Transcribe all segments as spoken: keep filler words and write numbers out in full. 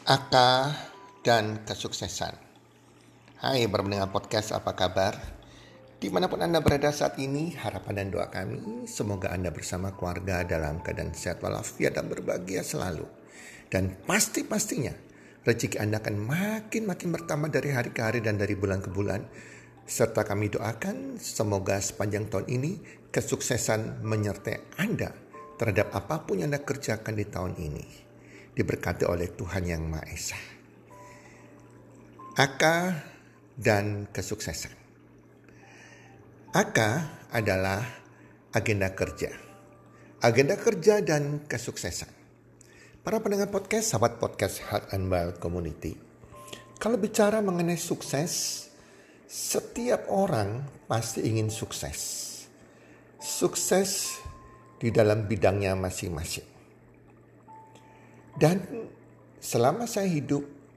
Aka dan kesuksesan. Hai pendengar podcast, apa kabar? Dimanapun Anda berada saat ini, harapan dan doa kami semoga Anda bersama keluarga dalam keadaan sehat walafiat dan berbahagia selalu. Dan pasti-pastinya rezeki Anda akan makin-makin bertambah dari hari ke hari dan dari bulan ke bulan. Serta kami doakan semoga sepanjang tahun ini kesuksesan menyertai Anda terhadap apapun yang Anda kerjakan di tahun ini. Diberkati oleh Tuhan Yang Maha Esa. Aka dan kesuksesan. Aka adalah agenda kerja. Agenda kerja dan kesuksesan. Para pendengar podcast, sahabat podcast Heart and Well Community. Kalau bicara mengenai sukses, setiap orang pasti ingin sukses. Sukses di dalam bidangnya masing-masing. Dan selama saya hidup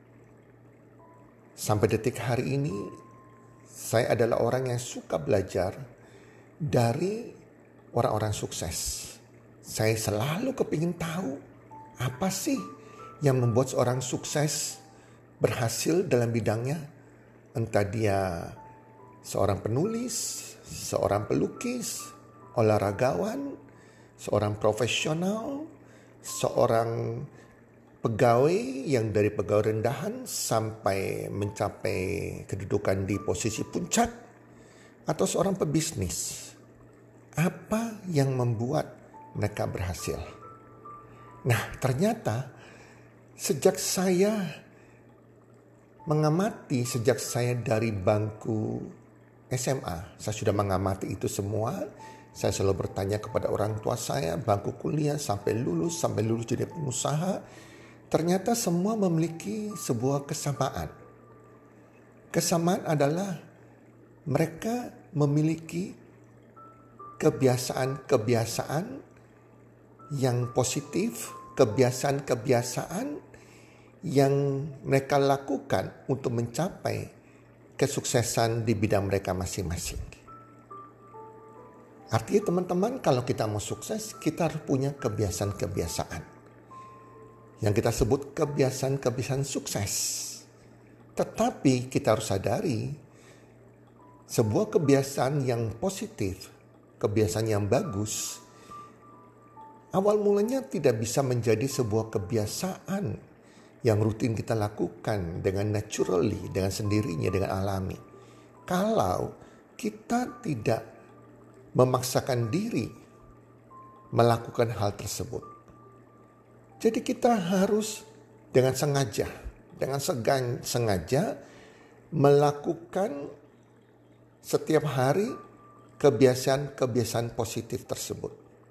sampai detik hari ini, saya adalah orang yang suka belajar dari orang-orang sukses. Saya selalu kepingin tahu apa sih yang membuat seorang sukses berhasil dalam bidangnya. Entah dia seorang penulis, seorang pelukis, olahragawan, seorang profesional, seorang pegawai yang dari pegawai rendahan sampai mencapai kedudukan di posisi puncak, atau seorang pebisnis. Apa yang membuat mereka berhasil? Nah, ternyata sejak saya mengamati, sejak saya dari bangku S M A, saya sudah mengamati itu semua. Saya selalu bertanya kepada orang tua saya, bangku kuliah sampai lulus, sampai lulus jadi pengusaha. Ternyata semua memiliki sebuah kesamaan. Kesamaan adalah mereka memiliki kebiasaan-kebiasaan yang positif, kebiasaan-kebiasaan yang mereka lakukan untuk mencapai kesuksesan di bidang mereka masing-masing. Artinya teman-teman, kalau kita mau sukses, kita harus punya kebiasaan-kebiasaan yang kita sebut kebiasaan-kebiasaan sukses. Tetapi kita harus sadari, sebuah kebiasaan yang positif, kebiasaan yang bagus, awal mulanya tidak bisa menjadi sebuah kebiasaan yang rutin kita lakukan dengan naturally, dengan sendirinya, dengan alami. Kalau kita tidak memaksakan diri melakukan hal tersebut. Jadi kita harus dengan sengaja, dengan segan, sengaja melakukan setiap hari kebiasaan-kebiasaan positif tersebut.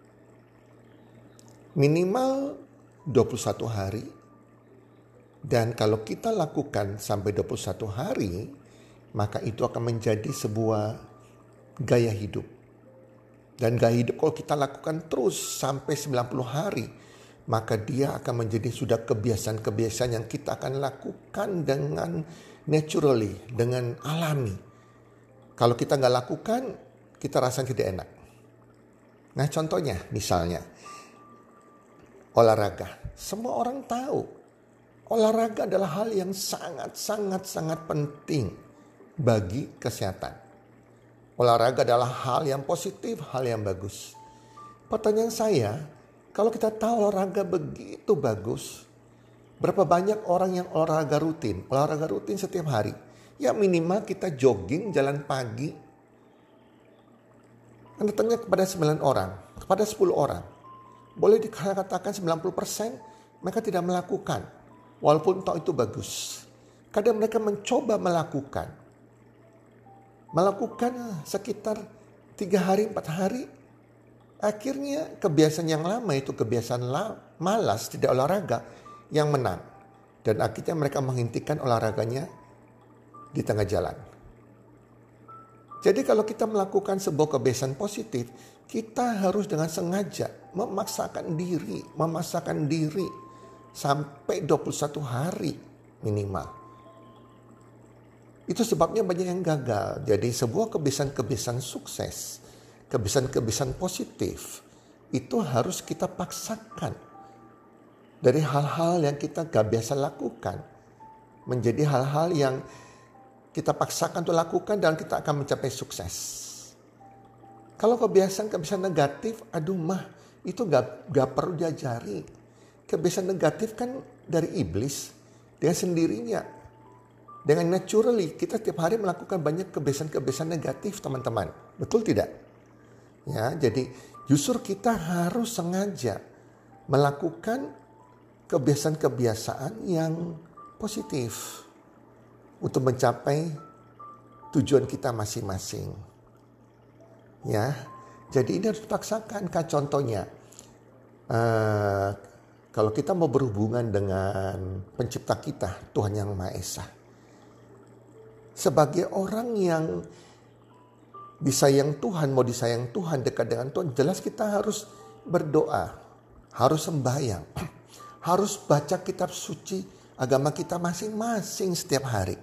Minimal dua puluh satu hari. Dan kalau kita lakukan sampai dua puluh satu hari, maka itu akan menjadi sebuah gaya hidup. Dan gaya hidup kalau kita lakukan terus sampai sembilan puluh hari, maka dia akan menjadi sudah kebiasaan-kebiasaan yang kita akan lakukan dengan naturally, dengan alami. Kalau kita nggak lakukan, kita rasanya tidak enak. Nah contohnya misalnya, olahraga. Semua orang tahu, olahraga adalah hal yang sangat-sangat-sangat penting bagi kesehatan. Olahraga adalah hal yang positif, hal yang bagus. Pertanyaan saya, kalau kita tahu olahraga begitu bagus, berapa banyak orang yang olahraga rutin? Olahraga rutin setiap hari. Ya minimal kita jogging, jalan pagi. Anda tanya kepada sembilan orang, kepada sepuluh orang. Boleh dikatakan sembilan puluh persen mereka tidak melakukan. Walaupun tahu itu bagus. Kadang mereka mencoba melakukan. Melakukan sekitar tiga hari, empat hari. Akhirnya kebiasaan yang lama itu kebiasaan malas, tidak olahraga yang menang. Dan akhirnya mereka menghentikan olahraganya di tengah jalan. Jadi kalau kita melakukan sebuah kebiasaan positif, kita harus dengan sengaja memaksakan diri, memaksakan diri sampai dua puluh satu hari minimal. Itu sebabnya banyak yang gagal. Jadi sebuah kebiasaan-kebiasaan sukses, kebiasaan-kebiasaan positif itu harus kita paksakan. dari hal-hal yang kita gak biasa lakukan menjadi hal-hal yang kita paksakan untuk lakukan dan kita akan mencapai sukses. Kalau kebiasaan-kebiasaan negatif, aduh mah itu gak, gak perlu diajari. Kebiasaan negatif kan dari iblis dengan sendirinya. Dengan naturally kita tiap hari melakukan banyak kebiasaan-kebiasaan negatif, teman-teman. Betul tidak? Ya, jadi justru kita harus sengaja melakukan kebiasaan-kebiasaan yang positif untuk mencapai tujuan kita masing-masing. Ya, jadi ini harus dipaksakan. Kak, contohnya, uh, kalau kita mau berhubungan dengan pencipta kita, Tuhan Yang Maha Esa. Sebagai orang yang disayang Tuhan, mau disayang Tuhan, dekat dengan Tuhan, jelas kita harus berdoa, harus sembahyang, harus baca kitab suci agama kita masing-masing setiap hari.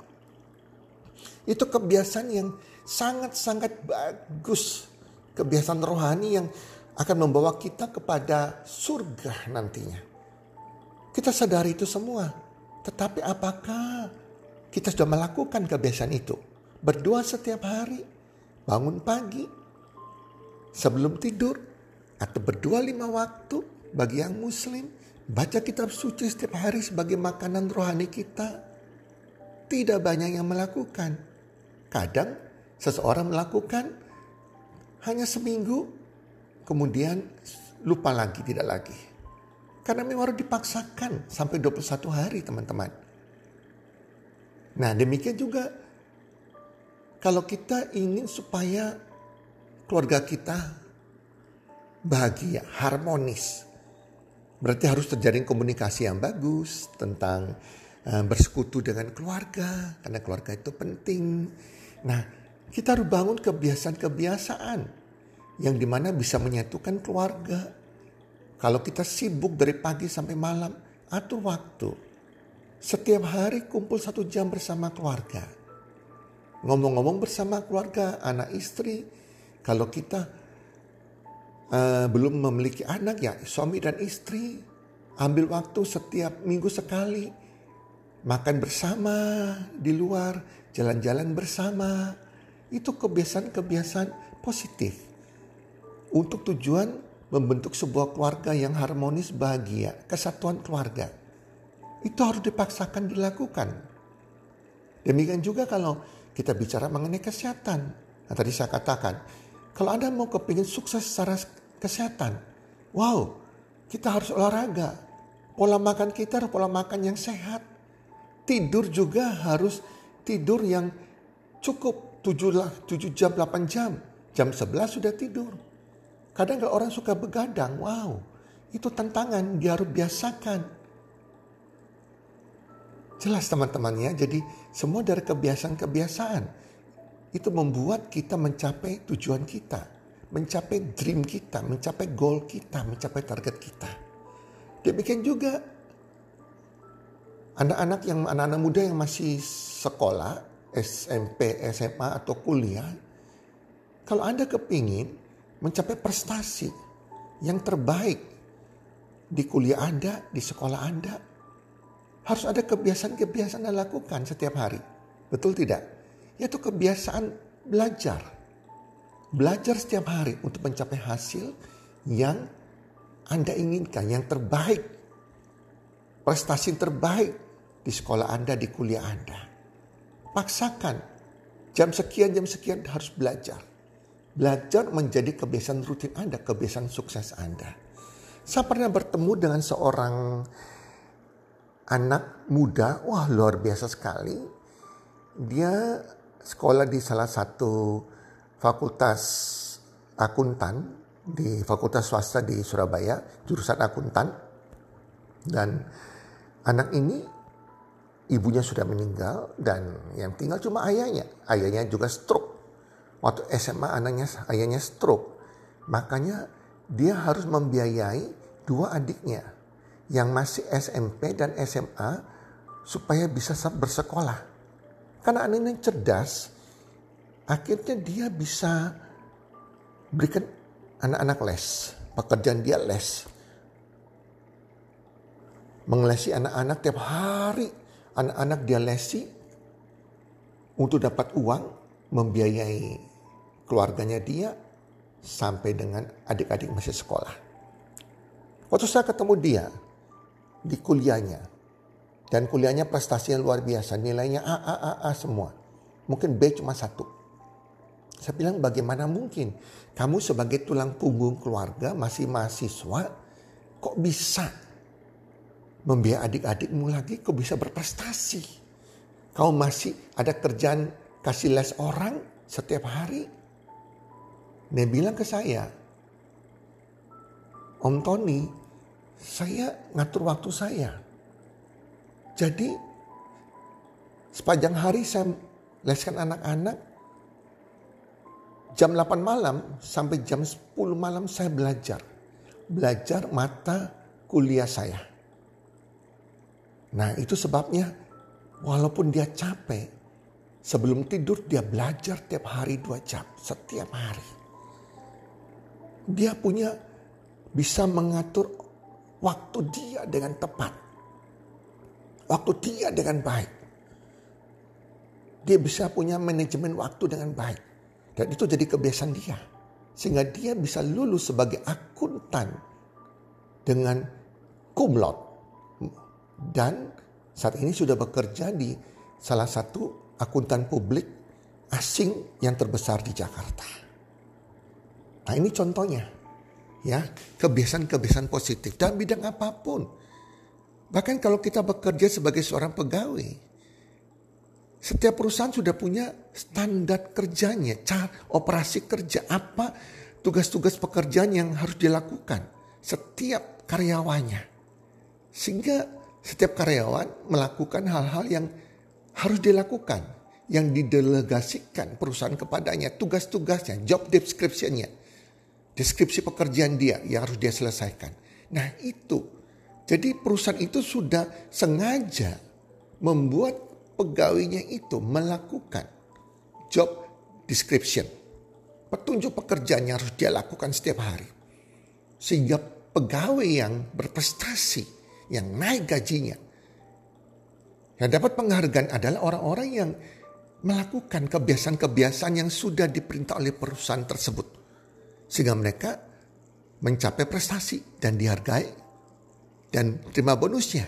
Itu kebiasaan yang sangat-sangat bagus, kebiasaan rohani yang akan membawa kita kepada surga nantinya. Kita sadari itu semua, tetapi apakah kita sudah melakukan kebiasaan itu? Berdoa setiap hari, bangun pagi, sebelum tidur, atau berdoa lima waktu bagi yang muslim, baca kitab suci setiap hari sebagai makanan rohani kita. Tidak banyak yang melakukan. Kadang seseorang melakukan hanya seminggu, kemudian lupa lagi, tidak lagi. Karena memang harus dipaksakan sampai dua puluh satu hari, teman-teman. Nah, demikian juga kalau kita ingin supaya keluarga kita bahagia, harmonis, berarti harus terjadi komunikasi yang bagus tentang uh, bersekutu dengan keluarga, karena keluarga itu penting. Nah, kita harus bangun kebiasaan-kebiasaan yang dimana bisa menyatukan keluarga. Kalau kita sibuk dari pagi sampai malam, atur waktu. Setiap hari kumpul satu jam bersama keluarga. Ngomong-ngomong bersama keluarga, anak istri. Kalau kita uh, belum memiliki anak, ya suami dan istri. Ambil waktu setiap minggu sekali. Makan bersama di luar, jalan-jalan bersama. Itu kebiasaan-kebiasaan positif. Untuk tujuan membentuk sebuah keluarga yang harmonis, bahagia, kesatuan keluarga. Itu harus dipaksakan dilakukan. Demikian juga kalau kita bicara mengenai kesehatan. Nah, tadi saya katakan, kalau Anda mau kepingin sukses secara kesehatan, wow, kita harus olahraga. Pola makan kita harus pola makan yang sehat. Tidur juga harus tidur yang cukup tujuh jam, delapan jam. Jam sebelas sudah tidur. Kadang kalau orang suka begadang, wow, itu tantangan, dia harus biasakan. Jelas teman-teman ya, jadi semua dari kebiasaan-kebiasaan itu membuat kita mencapai tujuan kita, mencapai dream kita, mencapai goal kita, mencapai target kita. Demikian juga anak-anak yang anak-anak muda yang masih sekolah, S M P, S M A atau kuliah, kalau Anda kepingin mencapai prestasi yang terbaik di kuliah Anda, di sekolah Anda, harus ada kebiasaan-kebiasaan yang lakukan setiap hari. Betul tidak? Yaitu kebiasaan belajar. Belajar setiap hari untuk mencapai hasil yang Anda inginkan, yang terbaik. Prestasi terbaik di sekolah Anda, di kuliah Anda. Paksakan. Jam sekian, jam sekian harus belajar. Belajar menjadi kebiasaan rutin Anda, kebiasaan sukses Anda. Saya pernah bertemu dengan seorang anak muda, wah luar biasa sekali. Dia sekolah di salah satu fakultas akuntan, di fakultas swasta di Surabaya, jurusan akuntan. Dan anak ini ibunya sudah meninggal dan yang tinggal cuma ayahnya. Ayahnya juga stroke. Waktu S M A anaknya, ayahnya stroke. Makanya dia harus membiayai dua adiknya yang masih S M P dan S M A supaya bisa bersekolah. Karena anaknya cerdas, akhirnya dia bisa berikan anak-anak les. Pekerjaan dia les. Mengelesi anak-anak tiap hari. Anak-anak dia lesi untuk dapat uang, membiayai keluarganya dia, sampai dengan adik-adik masih sekolah. Waktu saya ketemu dia di kuliahnya, dan kuliahnya prestasinya luar biasa, nilainya A, A, A, A semua. Mungkin B cuma satu. Saya bilang, bagaimana mungkin kamu sebagai tulang punggung keluarga, masih mahasiswa, kok bisa membiayai adik-adikmu lagi, kok bisa berprestasi? Kau masih ada kerjaan kasih les orang setiap hari. Dia bilang ke saya, Om Tony, saya ngatur waktu saya. Jadi sepanjang hari saya leskan anak-anak. Jam delapan malam sampai jam sepuluh malam saya belajar. Belajar mata kuliah saya. Nah, itu sebabnya walaupun dia capek, sebelum tidur dia belajar tiap hari dua jam. Setiap hari. Dia punya bisa mengatur waktu dia dengan tepat. Waktu dia dengan baik. Dia bisa punya manajemen waktu dengan baik. Dan itu jadi kebiasaan dia. Sehingga dia bisa lulus sebagai akuntan dengan cum laude. Dan saat ini sudah bekerja di salah satu akuntan publik asing yang terbesar di Jakarta. Nah, ini contohnya. Ya, kebiasaan-kebiasaan positif dalam bidang apapun. Bahkan kalau kita bekerja sebagai seorang pegawai, setiap perusahaan sudah punya standar kerjanya, cara operasi kerja, apa tugas-tugas pekerjaan yang harus dilakukan setiap karyawannya. Sehingga setiap karyawan melakukan hal-hal yang harus dilakukan, yang didelegasikan perusahaan kepadanya, tugas-tugasnya, job description-nya, deskripsi pekerjaan dia yang harus dia selesaikan. Nah itu, jadi perusahaan itu sudah sengaja membuat pegawainya itu melakukan job description. Petunjuk pekerjaan yang harus dia lakukan setiap hari. Sehingga pegawai yang berprestasi, yang naik gajinya, yang dapat penghargaan adalah orang-orang yang melakukan kebiasaan-kebiasaan yang sudah diperintah oleh perusahaan tersebut. Sehingga mereka mencapai prestasi dan dihargai dan terima bonusnya.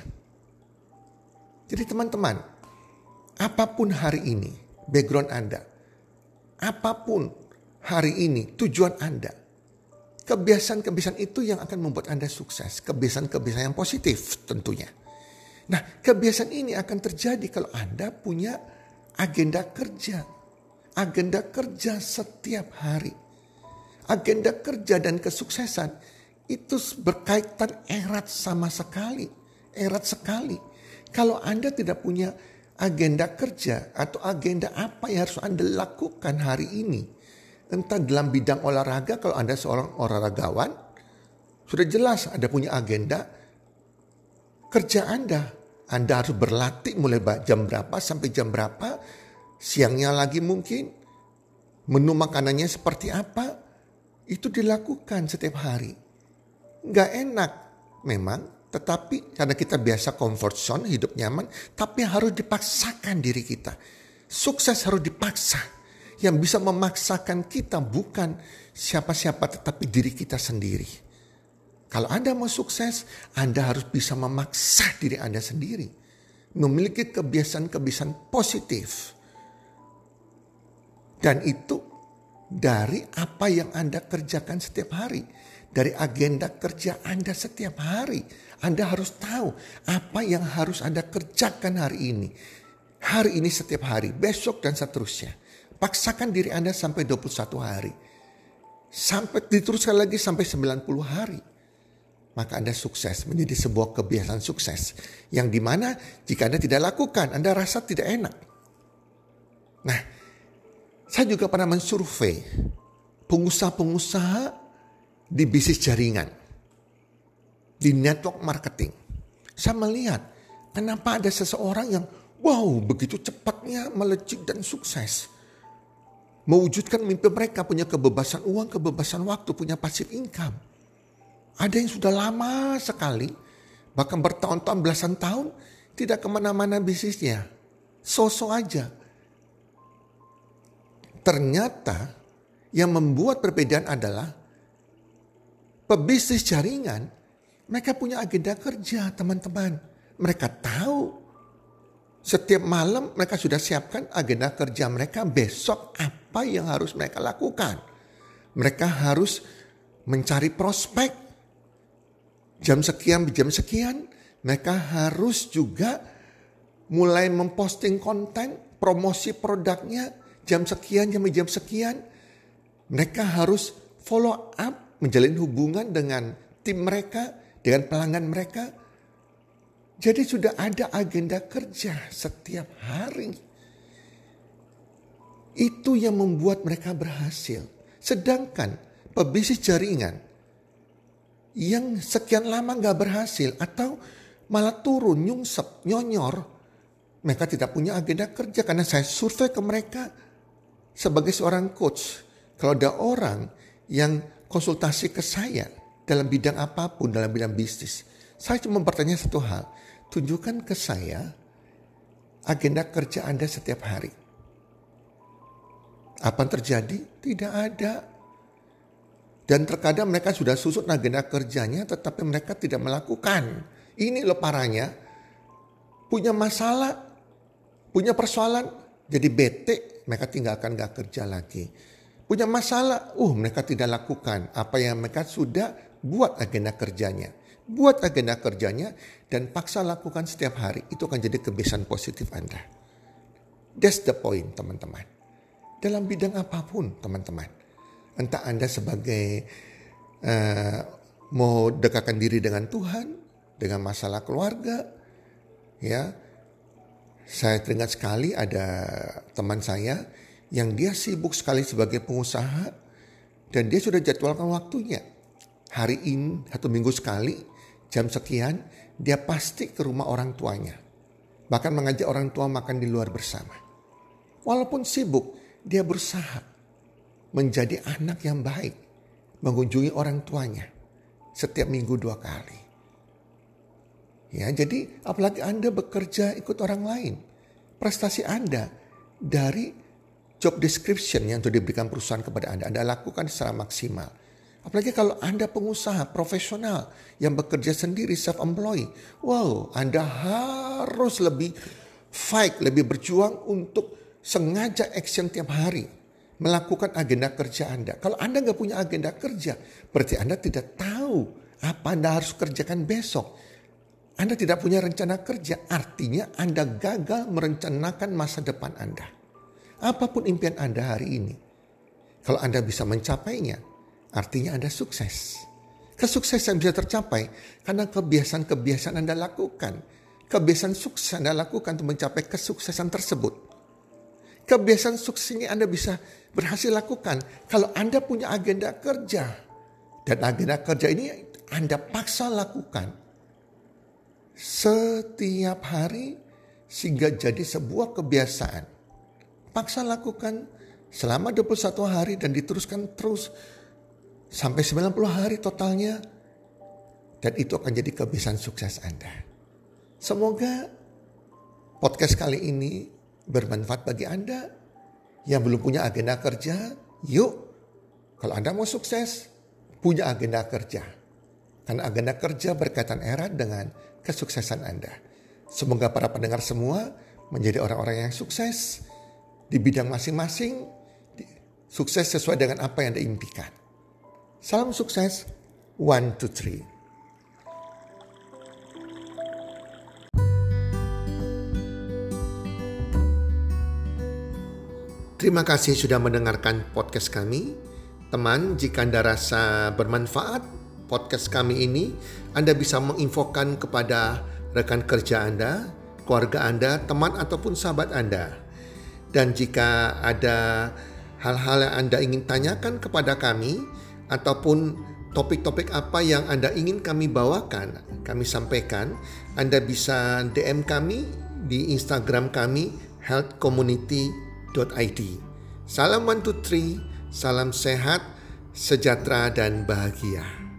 Jadi teman-teman, apapun hari ini background Anda, apapun hari ini tujuan Anda, kebiasaan-kebiasaan itu yang akan membuat Anda sukses. Kebiasaan-kebiasaan yang positif tentunya. Nah, kebiasaan ini akan terjadi kalau Anda punya agenda kerja. Agenda kerja setiap hari. Agenda kerja dan kesuksesan itu berkaitan erat sama sekali. Erat sekali. Kalau Anda tidak punya agenda kerja atau agenda apa yang harus Anda lakukan hari ini. Entah dalam bidang olahraga, kalau Anda seorang olahragawan, sudah jelas Anda punya agenda kerja Anda. Anda harus berlatih mulai jam berapa sampai jam berapa. Siangnya lagi mungkin. Menu makanannya seperti apa. Itu dilakukan setiap hari. Gak enak memang. Tetapi karena kita biasa comfort zone, hidup nyaman. Tapi harus dipaksakan diri kita. Sukses harus dipaksa. Yang bisa memaksakan kita bukan siapa-siapa tetapi diri kita sendiri. Kalau Anda mau sukses, Anda harus bisa memaksa diri Anda sendiri. Memiliki kebiasaan-kebiasaan positif. Dan itu dari apa yang Anda kerjakan setiap hari. Dari agenda kerja Anda setiap hari. Anda harus tahu apa yang harus Anda kerjakan hari ini. Hari ini setiap hari, besok dan seterusnya. Paksakan diri Anda sampai dua puluh satu hari. Sampai diteruskan lagi sampai sembilan puluh hari. Maka Anda sukses, menjadi sebuah kebiasaan sukses. Yang dimana jika Anda tidak lakukan, Anda rasa tidak enak. Nah, saya juga pernah mensurvei pengusaha-pengusaha di bisnis jaringan, di network marketing. Saya melihat kenapa ada seseorang yang wow begitu cepatnya melejit dan sukses. Mewujudkan mimpi mereka, punya kebebasan uang, kebebasan waktu, punya passive income. Ada yang sudah lama sekali Bahkan bertahun-tahun, belasan tahun tidak kemana-mana bisnisnya. So-so aja. Ternyata yang membuat perbedaan adalah pebisnis jaringan. Mereka punya agenda kerja, teman-teman. Mereka tahu setiap malam mereka sudah siapkan agenda kerja mereka besok apa yang harus mereka lakukan. Mereka harus mencari prospek. Jam sekian, jam sekian. Mereka harus juga mulai memposting konten, promosi produknya. Jam sekian, jam jam sekian. Mereka harus follow up, menjalin hubungan dengan tim mereka, dengan pelanggan mereka. Jadi sudah ada agenda kerja setiap hari. Itu yang membuat mereka berhasil. Sedangkan pebisnis jaringan yang sekian lama gak berhasil atau malah turun, nyungsep, nyonyor. Mereka tidak punya agenda kerja karena saya survei ke mereka sebagai seorang coach. Kalau ada orang yang konsultasi ke saya dalam bidang apapun, dalam bidang bisnis, saya cuma bertanya satu hal. Tunjukkan ke saya agenda kerja Anda setiap hari. Apa yang terjadi? Tidak ada. Dan terkadang mereka sudah susun agenda kerjanya tetapi mereka tidak melakukan. Ini loh parahnya. Punya masalah, punya persoalan, jadi bete, mereka tinggalkan gak kerja lagi. Punya masalah, uh mereka tidak lakukan apa yang mereka sudah buat agenda kerjanya. Buat agenda kerjanya dan paksa lakukan setiap hari. Itu akan jadi kebiasaan positif Anda. That's the point, teman-teman. Dalam bidang apapun, teman-teman. Entah Anda sebagai uh, mau dekatkan diri dengan Tuhan, dengan masalah keluarga, ya. Saya teringat sekali ada teman saya yang dia sibuk sekali sebagai pengusaha dan dia sudah jadwalkan waktunya. Hari ini satu minggu sekali jam sekian dia pasti ke rumah orang tuanya. Bahkan mengajak orang tua makan di luar bersama. Walaupun sibuk, dia berusaha menjadi anak yang baik, mengunjungi orang tuanya setiap minggu dua kali. Ya, jadi apalagi Anda bekerja ikut orang lain, prestasi Anda dari job description yang sudah diberikan perusahaan kepada Anda, Anda lakukan secara maksimal. Apalagi kalau Anda pengusaha profesional yang bekerja sendiri, self-employed. Wow, Anda harus lebih fight, lebih berjuang untuk sengaja action tiap hari. Melakukan agenda kerja Anda. Kalau Anda nggak punya agenda kerja, berarti Anda tidak tahu apa Anda harus kerjakan besok. Anda tidak punya rencana kerja, artinya Anda gagal merencanakan masa depan Anda. Apapun impian Anda hari ini, kalau Anda bisa mencapainya, artinya Anda sukses. Kesuksesan bisa tercapai karena kebiasaan-kebiasaan Anda lakukan. Kebiasaan sukses Anda lakukan untuk mencapai kesuksesan tersebut. Kebiasaan sukses ini Anda bisa berhasil lakukan kalau Anda punya agenda kerja. Dan agenda kerja ini Anda paksa lakukan setiap hari sehingga jadi sebuah kebiasaan. Paksa lakukan selama dua puluh satu hari dan diteruskan terus sampai sembilan puluh hari totalnya. Dan itu akan jadi kebiasaan sukses Anda. Semoga podcast kali ini bermanfaat bagi Anda yang belum punya agenda kerja. Yuk, kalau Anda mau sukses, punya agenda kerja. Karena agenda kerja berkaitan erat dengan kesuksesan Anda. Semoga para pendengar semua menjadi orang-orang yang sukses di bidang masing-masing, sukses sesuai dengan apa yang Anda impikan. Salam sukses, one, two, three. Terima kasih sudah mendengarkan podcast kami. Teman, jika Anda rasa bermanfaat podcast kami ini, Anda bisa menginfokan kepada rekan kerja Anda, keluarga Anda, teman ataupun sahabat Anda. Dan jika ada hal-hal yang Anda ingin tanyakan kepada kami, ataupun topik-topik apa yang Anda ingin kami bawakan, kami sampaikan, Anda bisa D M kami di Instagram kami health community dot i d. Salam one two three, salam sehat, sejahtera dan bahagia.